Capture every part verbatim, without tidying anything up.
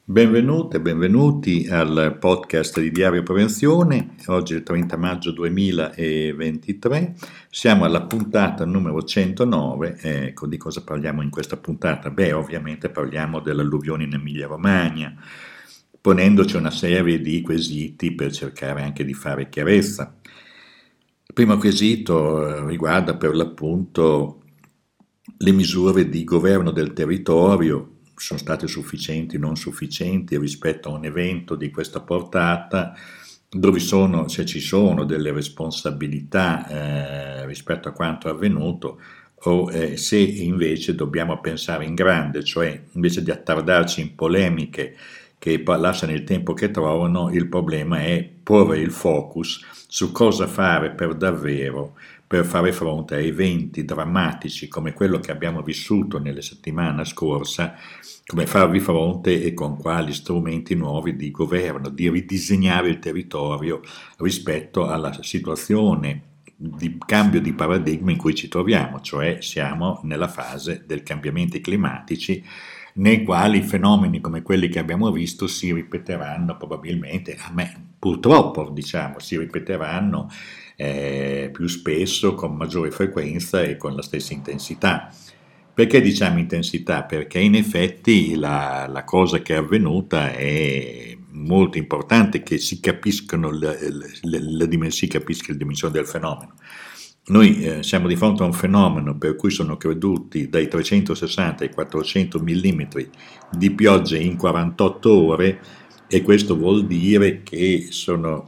Benvenute e benvenuti al podcast di Diario Prevenzione. Oggi è il trenta maggio duemilaventitré, siamo alla puntata numero centonove. Ecco, di cosa parliamo in questa puntata? Beh, ovviamente parliamo dell'alluvione in Emilia-Romagna, ponendoci una serie di quesiti per cercare anche di fare chiarezza. Il primo quesito eh, riguarda per l'appunto le misure di governo del territorio. Sono state sufficienti o non sufficienti rispetto a un evento di questa portata, dove sono, se ci sono delle responsabilità eh, rispetto a quanto avvenuto, o eh, se invece dobbiamo pensare in grande, cioè invece di attardarci in polemiche che lasciano il tempo che trovano, il problema è porre il focus su cosa fare per davvero per fare fronte a eventi drammatici come quello che abbiamo vissuto nella settimana scorsa, come farvi fronte e con quali strumenti nuovi di governo, di ridisegnare il territorio rispetto alla situazione di cambio di paradigma in cui ci troviamo, cioè siamo nella fase dei cambiamenti climatici, nei quali fenomeni come quelli che abbiamo visto si ripeteranno probabilmente, a me purtroppo diciamo, si ripeteranno eh, più spesso, con maggiore frequenza e con la stessa intensità. Perché diciamo intensità? Perché in effetti la, la cosa che è avvenuta è molto importante che si capiscano la, la, la, la, si capisca la dimensione del fenomeno. Noi eh, siamo di fronte a un fenomeno per cui sono creduti dai trecentosessanta ai quattrocento millimetri di pioggia in quarantotto ore, e questo vuol dire che sono,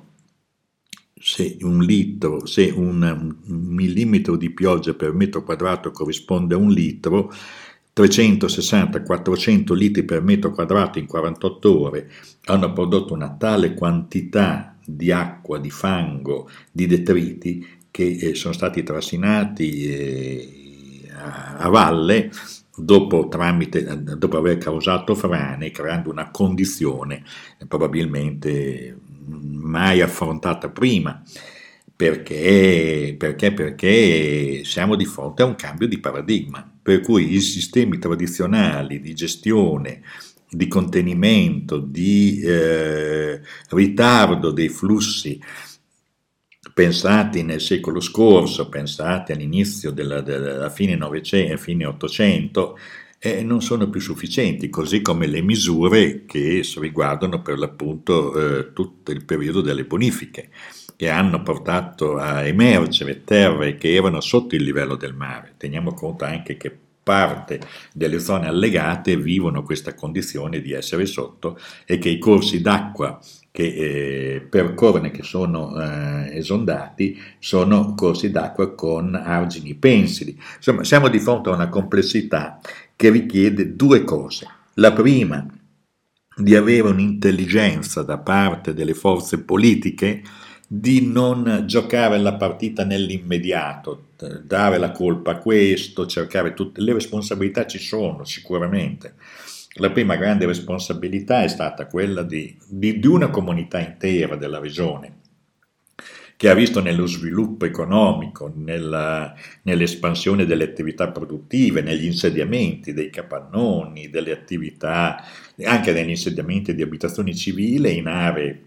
se un litro, se un, un millimetro di pioggia per metro quadrato corrisponde a un litro, trecentosessanta quattrocento litri per metro quadrato in quarantotto ore hanno prodotto una tale quantità di acqua, di fango, di detriti che eh, sono stati trascinati eh, a, a valle dopo, tramite, dopo aver causato frane, creando una condizione eh, probabilmente mai affrontata prima. Perché? Perché? Perché siamo di fronte a un cambio di paradigma, per cui i sistemi tradizionali di gestione, di contenimento, di eh, ritardo dei flussi pensati nel secolo scorso, pensati all'inizio della, della fine Novecento, fine Ottocento, eh, non sono più sufficienti, così come le misure che riguardano per l'appunto eh, tutto il periodo delle bonifiche, che hanno portato a emergere terre che erano sotto il livello del mare. Teniamo conto anche che parte delle zone allegate vivono questa condizione di essere sotto, e che i corsi d'acqua che eh, percorrono, che sono eh, esondati, sono corsi d'acqua con argini pensili. Insomma, siamo di fronte a una complessità che richiede due cose. La prima, di avere un'intelligenza da parte delle forze politiche di non giocare la partita nell'immediato, dare la colpa a questo, cercare tutte le responsabilità. Ci sono sicuramente. La prima grande responsabilità è stata quella di, di, di una comunità intera della regione, che ha visto nello sviluppo economico, nella, nell'espansione delle attività produttive, negli insediamenti dei capannoni, delle attività, anche negli insediamenti di abitazioni civili in aree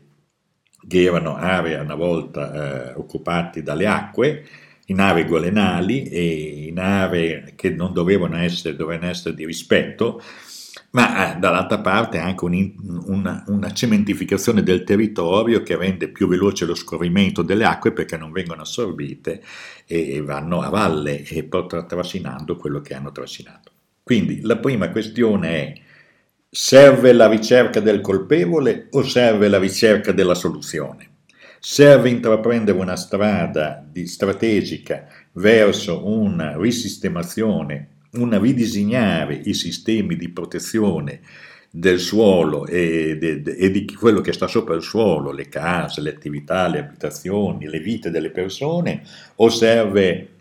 che erano aree una volta eh, occupate dalle acque, in aree golenali e in aree che non dovevano essere, dovevano essere di rispetto, ma eh, dall'altra parte anche un, una, una cementificazione del territorio che rende più veloce lo scorrimento delle acque, perché non vengono assorbite e vanno a valle e portano trascinando quello che hanno trascinato. Quindi la prima questione è: serve la ricerca del colpevole o serve la ricerca della soluzione? Serve intraprendere una strada di strategica verso una risistemazione, una ridisegnare i sistemi di protezione del suolo e, de, de, e di quello che sta sopra il suolo, le case, le attività, le abitazioni, le vite delle persone, o serve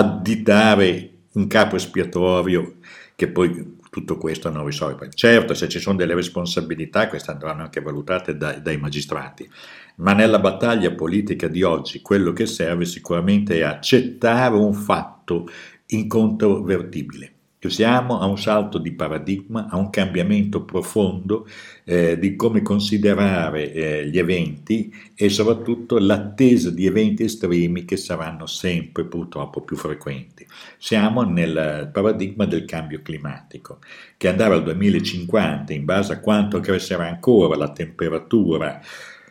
additare un capo espiatorio che poi tutto questo non risolve? Certo, se ci sono delle responsabilità, queste andranno anche valutate dai, dai magistrati, ma nella battaglia politica di oggi quello che serve sicuramente è accettare un fatto incontrovertibile, Siamo a un salto di paradigma, a un cambiamento profondo eh, di come considerare eh, gli eventi e soprattutto l'attesa di eventi estremi che saranno sempre purtroppo più frequenti. Siamo nel paradigma del cambio climatico, che andare al duemilacinquanta, in base a quanto crescerà ancora la temperatura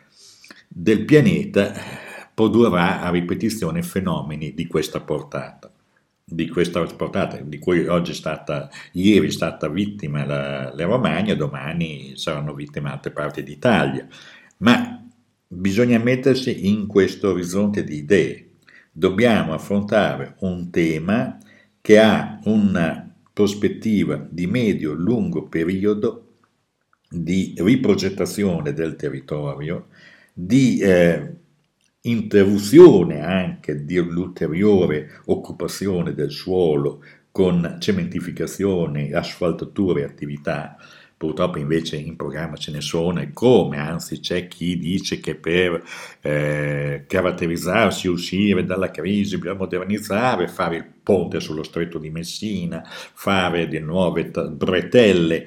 del pianeta, produrrà a ripetizione fenomeni di questa portata. Di questa portata, di cui oggi è stata, ieri è stata vittima la, la Romagna, domani saranno vittime altre parti d'Italia. Ma bisogna mettersi in questo orizzonte di idee. Dobbiamo affrontare un tema che ha una prospettiva di medio-lungo periodo di riprogettazione del territorio, di eh, interruzione anche dell'ulteriore occupazione del suolo con cementificazione, asfaltature e attività. Purtroppo invece in programma ce ne sono e come, anzi c'è chi dice che per eh, caratterizzarsi, uscire dalla crisi bisogna modernizzare, fare il ponte sullo stretto di Messina, fare di nuove t- bretelle.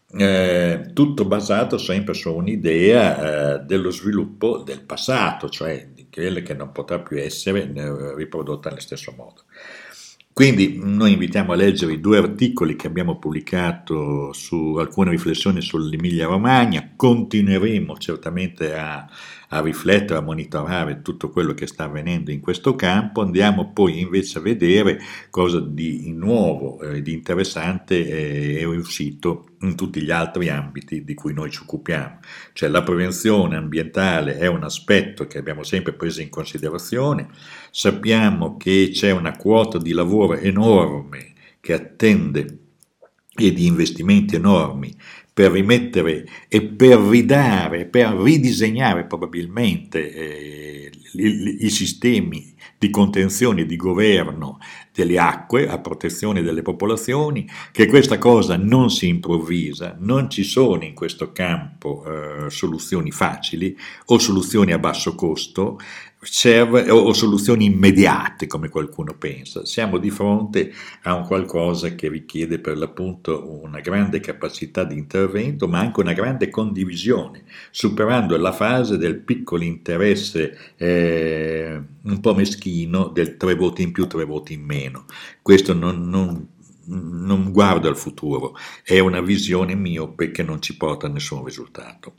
Eh, tutto basato sempre su un'idea eh, dello sviluppo del passato, cioè di quelle che non potrà più essere eh, riprodotta nello stesso modo. Quindi noi invitiamo a leggere i due articoli che abbiamo pubblicato su alcune riflessioni sull'Emilia Romagna, continueremo certamente a, a riflettere, a monitorare tutto quello che sta avvenendo in questo campo, andiamo poi invece a vedere cosa di nuovo e eh, di interessante eh, è uscito in tutti gli altri ambiti di cui noi ci occupiamo, cioè la prevenzione ambientale è un aspetto che abbiamo sempre preso in considerazione, sappiamo che c'è una quota di lavoro enorme che attende e di investimenti enormi per rimettere e per ridare, per ridisegnare probabilmente eh, i, i sistemi di contenzione e di governo delle acque a protezione delle popolazioni, che questa cosa non si improvvisa, non ci sono in questo campo eh, soluzioni facili o soluzioni a basso costo, serve, o, o soluzioni immediate come qualcuno pensa. Siamo di fronte a un qualcosa che richiede per l'appunto una grande capacità di intervento, ma anche una grande condivisione, superando la fase del piccolo interesse eh, un po' meschino del tre voti in più, tre voti in meno. Questo non, non, non guarda al futuro, è una visione miope che non ci porta a nessun risultato.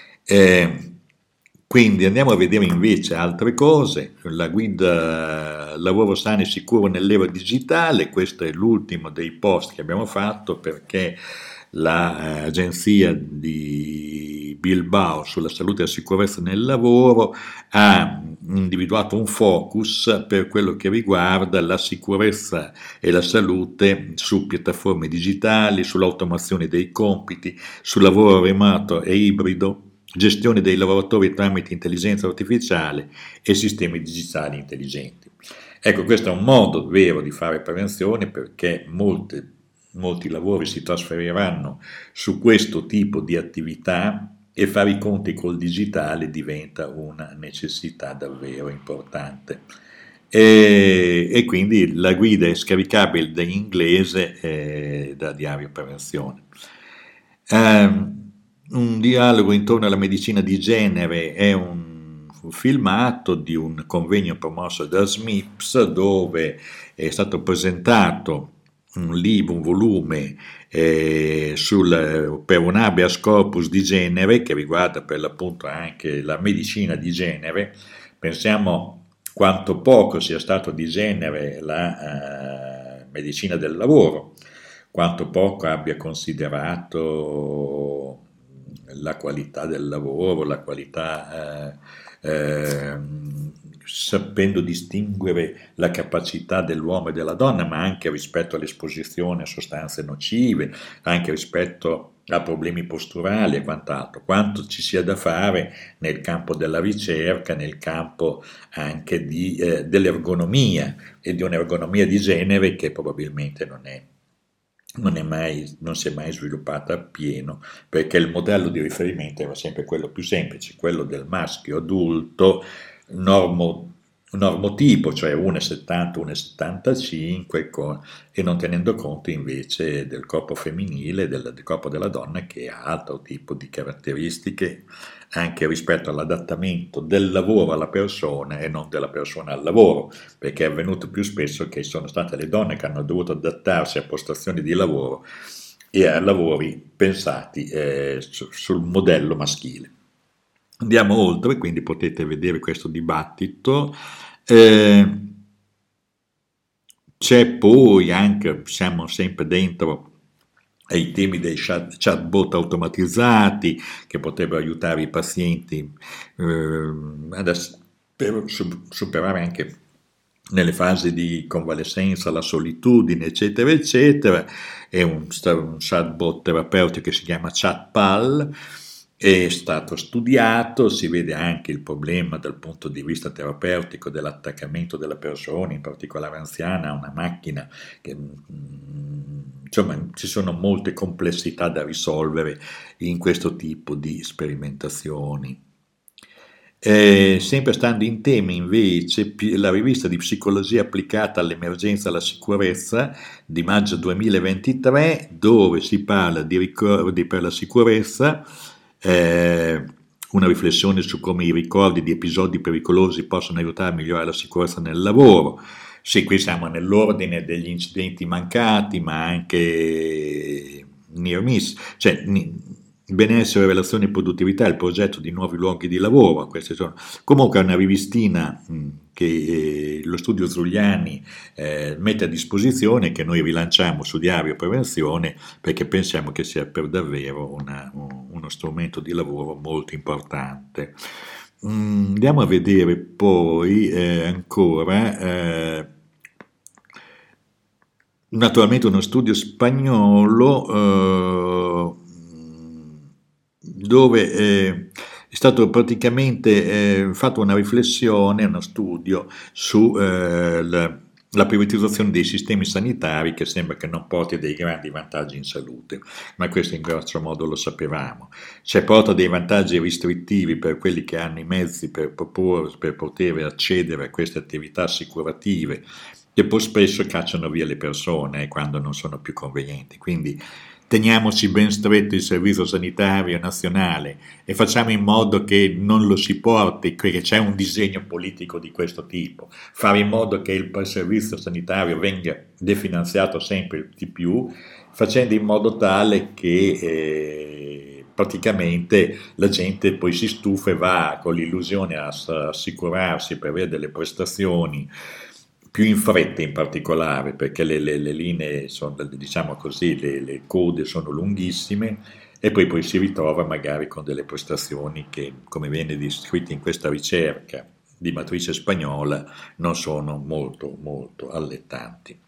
Eh, Quindi andiamo a vedere invece altre cose, la guida lavoro sano e sicuro nell'era digitale, questo è l'ultimo dei post che abbiamo fatto perché l'agenzia di Bilbao sulla salute e la sicurezza nel lavoro ha individuato un focus per quello che riguarda la sicurezza e la salute su piattaforme digitali, sull'automazione dei compiti, sul lavoro remoto e ibrido, gestione dei lavoratori tramite intelligenza artificiale e sistemi digitali intelligenti. Ecco, questo è un modo vero di fare prevenzione perché molte, molti lavori si trasferiranno su questo tipo di attività e fare i conti col digitale diventa una necessità davvero importante. E, e quindi la guida è scaricabile in inglese eh, da Diario Prevenzione. Um, Un dialogo intorno alla medicina di genere è un, un filmato di un convegno promosso da S M I P S dove è stato presentato un libro, un volume eh, sul, per un habeas corpus di genere che riguarda per l'appunto anche la medicina di genere. Pensiamo quanto poco sia stato di genere la uh, medicina del lavoro, quanto poco abbia considerato la qualità del lavoro, la qualità, eh, eh, sapendo distinguere la capacità dell'uomo e della donna, ma anche rispetto all'esposizione a sostanze nocive, anche rispetto a problemi posturali e quant'altro, quanto ci sia da fare nel campo della ricerca, nel campo anche di, eh, dell'ergonomia e di un'ergonomia di genere che probabilmente non è Non, è mai, non si è mai sviluppata appieno perché il modello di riferimento era sempre quello più semplice, quello del maschio adulto, normo, normotipo, cioè uno virgola settanta, uno virgola settantacinque, con, e non tenendo conto invece del corpo femminile, del, del corpo della donna, che ha altro tipo di caratteristiche anche rispetto all'adattamento del lavoro alla persona e non della persona al lavoro, perché è avvenuto più spesso che sono state le donne che hanno dovuto adattarsi a postazioni di lavoro e a lavori pensati eh, su, sul modello maschile. Andiamo oltre, quindi potete vedere questo dibattito. Eh, c'è poi anche, siamo sempre dentro ai temi dei chat, chatbot automatizzati che potrebbero aiutare i pazienti eh, ad, per superare anche nelle fasi di convalescenza la solitudine, eccetera, eccetera. È un, un chatbot terapeutico che si chiama ChatPal. È stato studiato, si vede anche il problema dal punto di vista terapeutico dell'attaccamento della persona, in particolare anziana, a una macchina, che, insomma ci sono molte complessità da risolvere in questo tipo di sperimentazioni. Eh, sempre stando in tema invece la rivista di psicologia applicata all'emergenza e alla sicurezza di maggio duemilaventitré, dove si parla di ricordi per la sicurezza, Eh, una riflessione su come i ricordi di episodi pericolosi possono aiutare a migliorare la sicurezza nel lavoro. Sì, qui siamo nell'ordine degli incidenti mancati, ma anche near miss, cioè benessere, relazioni e produttività, il progetto di nuovi luoghi di lavoro. Queste sono comunque una rivistina mh, che eh, lo studio Zuliani eh, mette a disposizione, che noi rilanciamo su Diario Prevenzione, perché pensiamo che sia per davvero una, un, uno strumento di lavoro molto importante. Mm, andiamo a vedere poi eh, ancora eh, naturalmente uno studio spagnolo eh, dove eh, è stato praticamente eh, fatto una riflessione, uno studio su eh, la, la privatizzazione dei sistemi sanitari, che sembra che non porti dei grandi vantaggi in salute, ma questo in grosso modo lo sapevamo. Cioè porta dei vantaggi restrittivi per quelli che hanno i mezzi per, proporre, per poter accedere a queste attività assicurative, che poi spesso cacciano via le persone quando non sono più convenienti. Quindi teniamoci ben stretto il servizio sanitario nazionale e facciamo in modo che non lo si porti, che c'è un disegno politico di questo tipo, fare in modo che il servizio sanitario venga definanziato sempre di più, facendo in modo tale che eh, praticamente la gente poi si stufa e va con l'illusione a assicurarsi per avere delle prestazioni più in fretta, in particolare perché le, le, le linee sono, diciamo così, le, le code sono lunghissime, e poi, poi si ritrova magari con delle prestazioni che, come viene descritto in questa ricerca di matrice spagnola, non sono molto molto allettanti.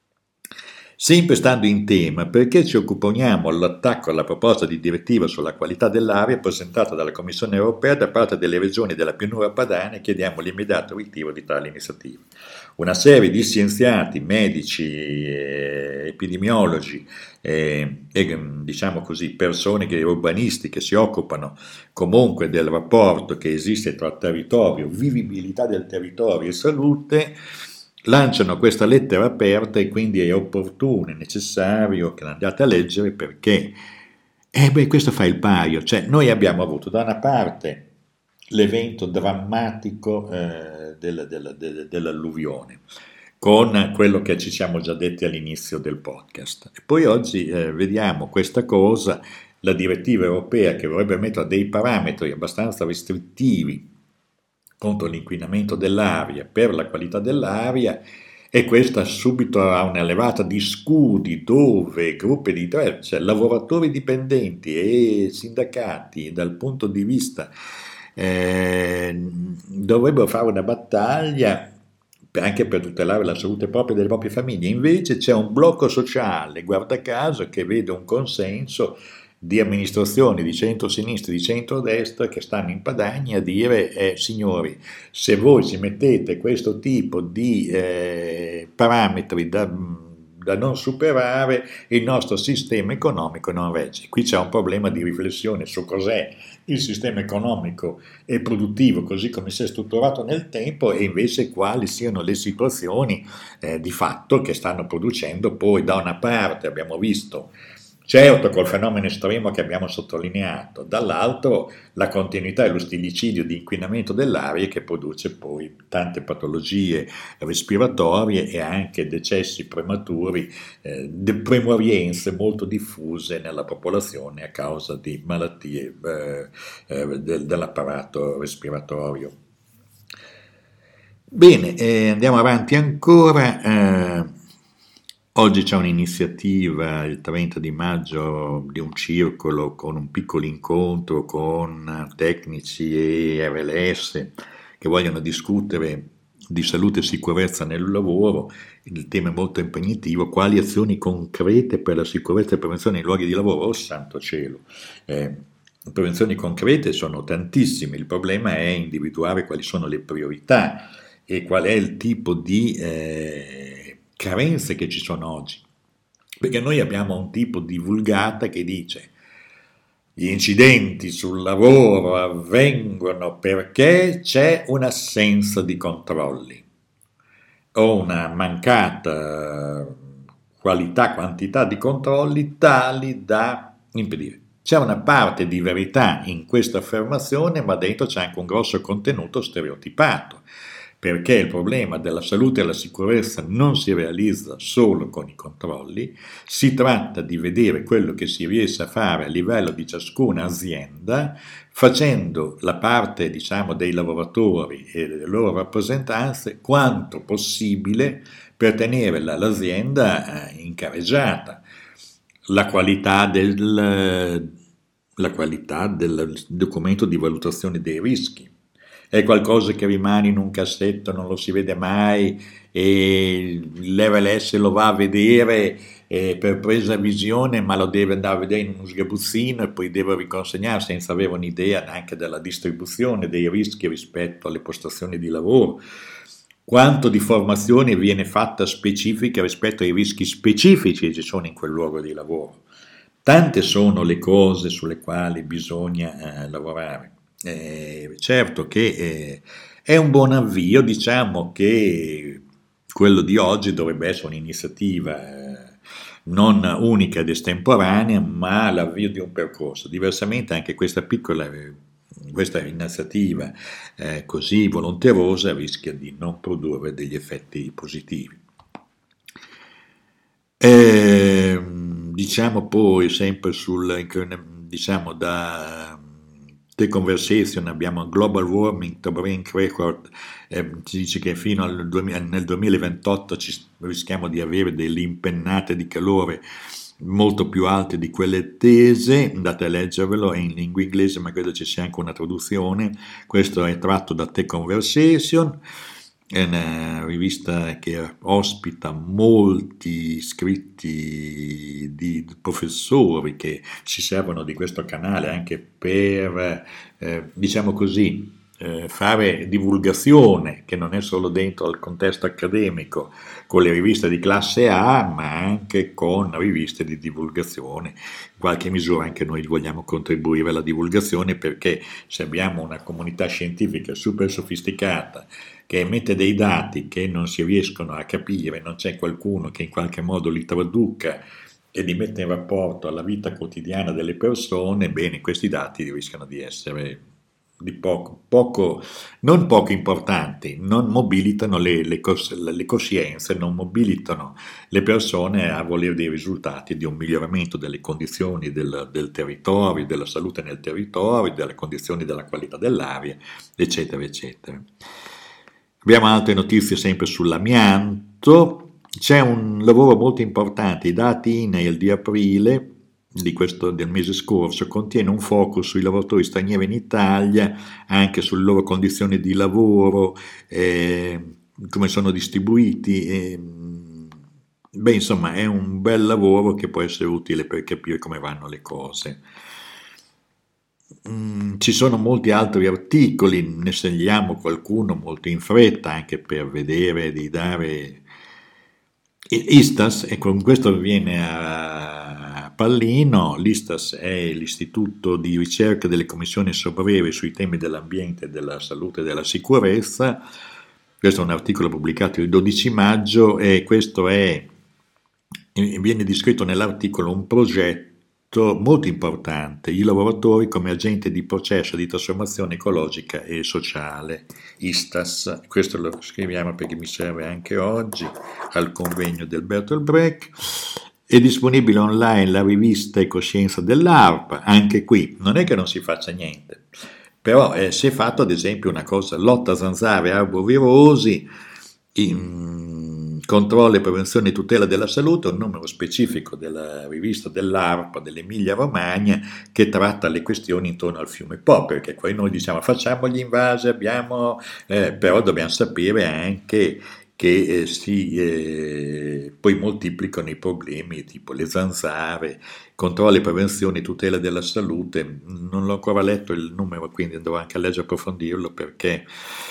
Sempre stando in tema, perché ci occuponiamo all'attacco alla proposta di direttiva sulla qualità dell'aria presentata dalla Commissione europea da parte delle regioni della pianura padana, e chiediamo l'immediato ritiro di tale iniziativa. Una serie di scienziati, medici, eh, epidemiologi eh, e diciamo così persone che, urbanisti che si occupano comunque del rapporto che esiste tra territorio, vivibilità del territorio e salute, lanciano questa lettera aperta, e quindi è opportuno e necessario che l'andiate a leggere, perché eh beh, questo fa il paio. Cioè, noi abbiamo avuto da una parte l'evento drammatico eh, del, del, del, dell'alluvione, con quello che ci siamo già detti all'inizio del podcast, e poi oggi eh, vediamo questa cosa, la direttiva europea che vorrebbe mettere dei parametri abbastanza restrittivi contro l'inquinamento dell'aria, per la qualità dell'aria, e questa subito ha un'elevata di scudi dove gruppi di cioè lavoratori dipendenti e sindacati dal punto di vista eh, dovrebbero fare una battaglia anche per tutelare la salute propria delle proprie famiglie. Invece c'è un blocco sociale, guarda caso, che vede un consenso di amministrazioni di centro-sinistra e di centro-destra che stanno in Padania a dire eh, signori, se voi ci mettete questo tipo di eh, parametri da, da non superare, il nostro sistema economico non regge. Qui c'è un problema di riflessione su cos'è il sistema economico e produttivo così come si è strutturato nel tempo e invece quali siano le situazioni eh, di fatto che stanno producendo poi da una parte abbiamo visto certo col fenomeno estremo che abbiamo sottolineato, dall'altro la continuità e lo stillicidio di inquinamento dell'aria che produce poi tante patologie respiratorie e anche decessi prematuri, eh, de premorienze molto diffuse nella popolazione a causa di malattie eh, eh, del, dell'apparato respiratorio. Bene, eh, andiamo avanti ancora. Eh, Oggi c'è un'iniziativa, il trenta di maggio, di un circolo con un piccolo incontro con tecnici e R L S che vogliono discutere di salute e sicurezza nel lavoro. Il tema è molto impegnativo. Quali azioni concrete per la sicurezza e prevenzione nei luoghi di lavoro? Oh santo cielo! Eh, prevenzioni concrete sono tantissime, il problema è individuare quali sono le priorità e qual è il tipo di eh, carenze che ci sono oggi, perché noi abbiamo un tipo di vulgata che dice gli incidenti sul lavoro avvengono perché c'è un'assenza di controlli o una mancata qualità, quantità di controlli tali da impedire. C'è una parte di verità in questa affermazione, ma dentro c'è anche un grosso contenuto stereotipato, perché il problema della salute e della sicurezza non si realizza solo con i controlli, si tratta di vedere quello che si riesce a fare a livello di ciascuna azienda, facendo la parte, diciamo, dei lavoratori e delle loro rappresentanze quanto possibile per tenere la, l'azienda in carreggiata. La qualità del, la qualità del documento di valutazione dei rischi. È qualcosa che rimane in un cassetto, non lo si vede mai e l'R L S lo va a vedere eh, per presa visione, ma lo deve andare a vedere in uno sgabuzzino e poi deve riconsegnare senza avere un'idea neanche della distribuzione dei rischi rispetto alle postazioni di lavoro. Quanto di formazione viene fatta specifica rispetto ai rischi specifici che ci sono in quel luogo di lavoro. Tante sono le cose sulle quali bisogna eh, lavorare. Eh, certo che eh, è un buon avvio, diciamo che quello di oggi dovrebbe essere un'iniziativa eh, non unica ed estemporanea, ma l'avvio di un percorso. Diversamente anche questa piccola questa iniziativa eh, così volonterosa rischia di non produrre degli effetti positivi. Eh, diciamo poi sempre sul diciamo da The Conversation abbiamo Global Warming to Bring Record, eh, ci dice che fino al duemila, nel duemilaventotto ci rischiamo di avere delle impennate di calore molto più alte di quelle tese. Andate a leggervelo, è in lingua inglese ma credo ci sia anche una traduzione. Questo è tratto da The Conversation, è una rivista che ospita molti scritti di professori che si servono di questo canale anche per, eh, diciamo così, eh, fare divulgazione che non è solo dentro al contesto accademico con le riviste di classe A, ma anche con riviste di divulgazione. In qualche misura anche noi vogliamo contribuire alla divulgazione, perché se abbiamo una comunità scientifica super sofisticata che emette dei dati che non si riescono a capire, non c'è qualcuno che in qualche modo li traduca e li mette in rapporto alla vita quotidiana delle persone, bene, questi dati rischiano di essere di poco, poco non poco importanti, non mobilitano le, le, cos, le coscienze, non mobilitano le persone a volere dei risultati di un miglioramento delle condizioni del, del territorio, della salute nel territorio, delle condizioni della qualità dell'aria, eccetera, eccetera. Abbiamo altre notizie sempre sull'amianto. C'è un lavoro molto importante, i dati I N A I L di aprile di questo, del mese scorso, contiene un focus sui lavoratori stranieri in Italia, anche sulle loro condizioni di lavoro, eh, come sono distribuiti. Eh, beh, insomma, è un bel lavoro che può essere utile per capire come vanno le cose. Mm, ci sono molti altri articoli, ne segnaliamo qualcuno molto in fretta, anche per vedere di dare Istas, e con questo viene a pallino. L'Istas è l'Istituto di ricerca delle commissioni sopravvere sui temi dell'ambiente, della salute e della sicurezza. Questo è un articolo pubblicato il dodici maggio e questo è, viene descritto nell'articolo un progetto molto importante, i lavoratori come agenti di processo di trasformazione ecologica e sociale, Istas. Questo lo scriviamo perché mi serve anche oggi al convegno del Bertolt Brecht. È disponibile online la rivista Ecoscienza dell'A R P, anche qui non è che non si faccia niente, però eh, si è fatto ad esempio una cosa: lotta a zanzare e arbovirosi, in controllo e prevenzione e tutela della salute, un numero specifico della rivista dell'A R P dell'Emilia Romagna che tratta le questioni intorno al fiume Po, perché poi noi diciamo facciamo gli invasi, abbiamo, eh, però dobbiamo sapere anche che eh, si eh, poi moltiplicano i problemi tipo le zanzare, controllo e prevenzione e tutela della salute. Non l'ho ancora letto il numero, quindi andrò anche a leggere e approfondirlo, perché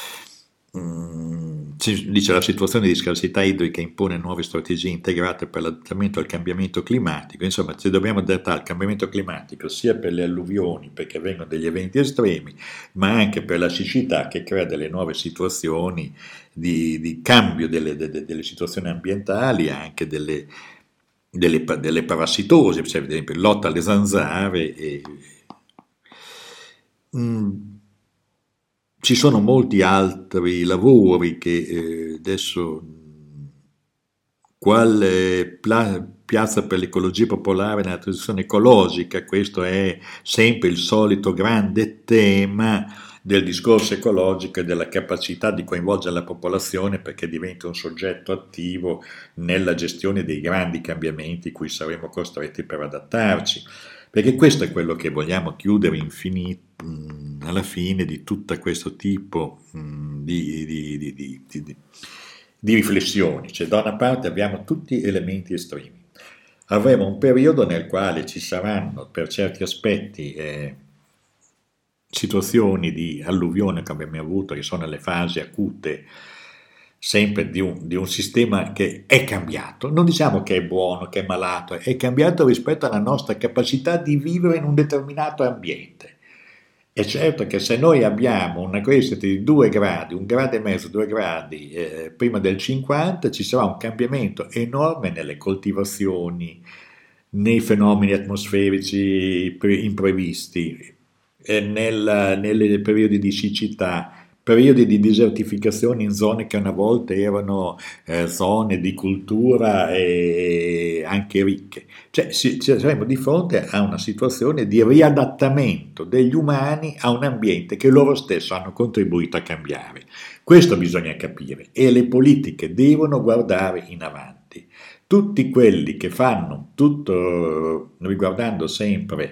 mm, ci dice la situazione di scarsità idrica impone nuove strategie integrate per l'adattamento al cambiamento climatico. Insomma, ci dobbiamo adattare al cambiamento climatico sia per le alluvioni, perché vengono degli eventi estremi, ma anche per la siccità che crea delle nuove situazioni di, di cambio delle, delle, delle situazioni ambientali, anche delle, delle, delle parassitosi, cioè, ad esempio lotta alle zanzare. E, mm, ci sono molti altri lavori che eh, adesso, quale pla- piazza per l'ecologia popolare nella transizione ecologica, questo è sempre il solito grande tema del discorso ecologico e della capacità di coinvolgere la popolazione perché diventa un soggetto attivo nella gestione dei grandi cambiamenti cui saremo costretti per adattarci. Perché questo è quello che vogliamo chiudere infinito, mh, alla fine di tutto questo tipo mh, di, di, di, di, di, di riflessioni. Cioè, da una parte abbiamo tutti elementi estremi. Avremo un periodo nel quale ci saranno per certi aspetti eh, situazioni di alluvione che abbiamo avuto, che sono le fasi acute sempre di un, di un sistema che è cambiato, non diciamo che è buono, che è malato, è cambiato rispetto alla nostra capacità di vivere in un determinato ambiente. È certo che se noi abbiamo una crescita di due gradi, un grado e mezzo, due gradi eh, prima del cinquanta, ci sarà un cambiamento enorme nelle coltivazioni, nei fenomeni atmosferici imprevisti, eh, nel, nei periodi di siccità, periodi di desertificazione in zone che una volta erano eh, zone di cultura e anche ricche. Cioè ci saremo di fronte a una situazione di riadattamento degli umani a un ambiente che loro stessi hanno contribuito a cambiare. Questo bisogna capire e le politiche devono guardare in avanti. Tutti quelli che fanno tutto riguardando sempre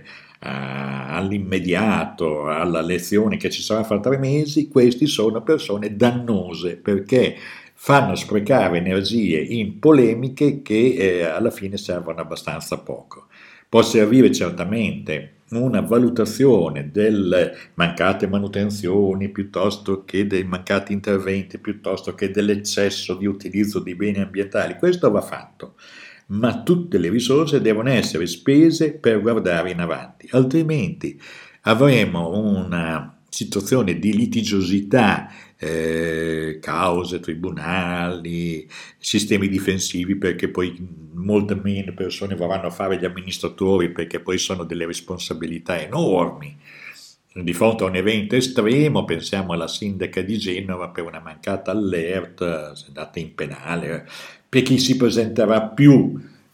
all'immediato, alla lezione che ci sarà fra tre mesi, questi sono persone dannose perché fanno sprecare energie in polemiche che eh, alla fine servono abbastanza poco. Può servire certamente una valutazione delle mancate manutenzioni piuttosto che dei mancati interventi, piuttosto che dell'eccesso di utilizzo di beni ambientali, questo va fatto. Ma tutte le risorse devono essere spese per guardare in avanti, altrimenti avremo una situazione di litigiosità, eh, cause, tribunali, sistemi difensivi, perché poi molte meno persone vorranno fare gli amministratori perché poi sono delle responsabilità enormi. Di fronte a un evento estremo, pensiamo alla sindaca di Genova per una mancata alert, è andata in penale. Per chi si presenterà più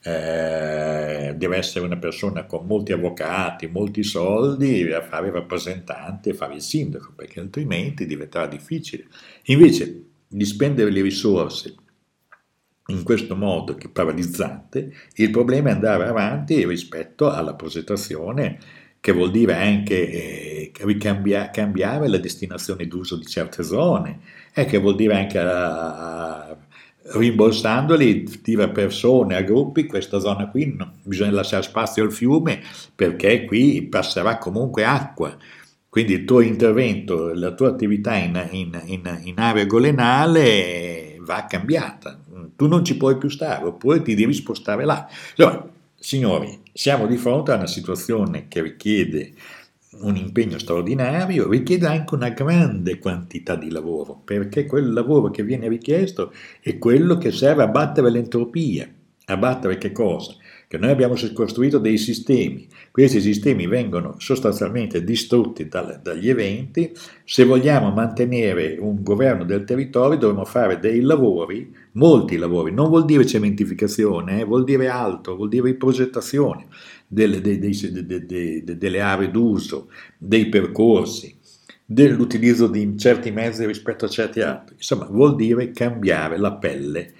eh, deve essere una persona con molti avvocati, molti soldi a fare il rappresentante e fare il sindaco, perché altrimenti diventerà difficile. Invece di spendere le risorse in questo modo che è paralizzante, il problema è andare avanti rispetto alla progettazione, che vuol dire anche eh, ricambia- cambiare la destinazione d'uso di certe zone, e che vuol dire anche a, rimborsandoli, dire a persone, a gruppi, questa zona qui no, bisogna lasciare spazio al fiume perché qui passerà comunque acqua. Quindi il tuo intervento, la tua attività in, in, in, in area golenale va cambiata. tu non ci puoi più stare, oppure ti devi spostare là. Allora, signori, siamo di fronte a una situazione che richiede un impegno straordinario, richiede anche una grande quantità di lavoro, perché quel lavoro che viene richiesto è quello che serve a battere l'entropia. A battere che cosa? Che noi abbiamo costruito dei sistemi, questi sistemi vengono sostanzialmente distrutti dal, dagli eventi. Se vogliamo mantenere un governo del territorio dovremo fare dei lavori, molti lavori, non vuol dire cementificazione, eh, vuol dire altro, vuol dire progettazione delle, dei, dei, de, de, de, delle aree d'uso, dei percorsi, dell'utilizzo di certi mezzi rispetto a certi altri. Insomma, vuol dire cambiare la pelle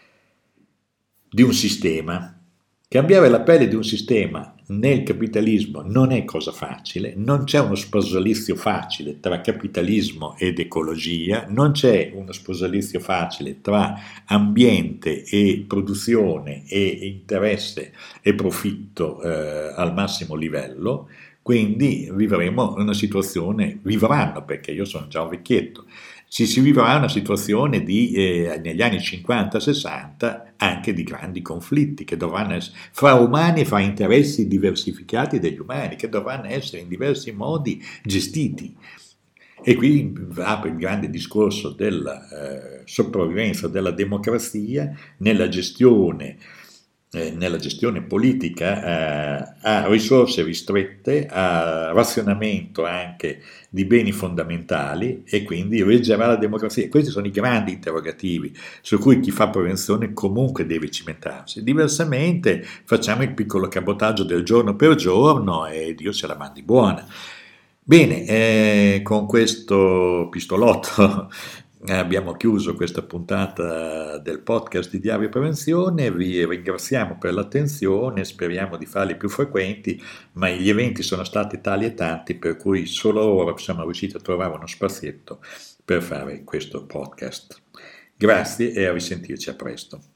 di un sistema. Cambiare la pelle di un sistema nel capitalismo non è cosa facile, non c'è uno sposalizio facile tra capitalismo ed ecologia, non c'è uno sposalizio facile tra ambiente e produzione e interesse e profitto eh, al massimo livello, quindi vivremo una situazione, vivranno perché io sono già un vecchietto, ci si vivrà una situazione di, eh, negli anni cinquanta sessanta anche di grandi conflitti che dovranno essere fra umani e fra interessi diversificati degli umani che dovranno essere in diversi modi gestiti. E qui apre il grande discorso della eh, sopravvivenza della democrazia nella gestione Eh, nella gestione politica eh, a risorse ristrette, a razionamento anche di beni fondamentali e quindi reggerà la democrazia. Questi sono i grandi interrogativi su cui chi fa prevenzione comunque deve cimentarsi. Diversamente facciamo il piccolo cabotaggio del giorno per giorno e Dio ce la mandi buona. Bene, eh, con questo pistolotto abbiamo chiuso questa puntata del podcast di Diario Prevenzione, vi ringraziamo per l'attenzione, speriamo di farli più frequenti, ma gli eventi sono stati tali e tanti per cui solo ora siamo riusciti a trovare uno spazietto per fare questo podcast. Grazie e a risentirci a presto.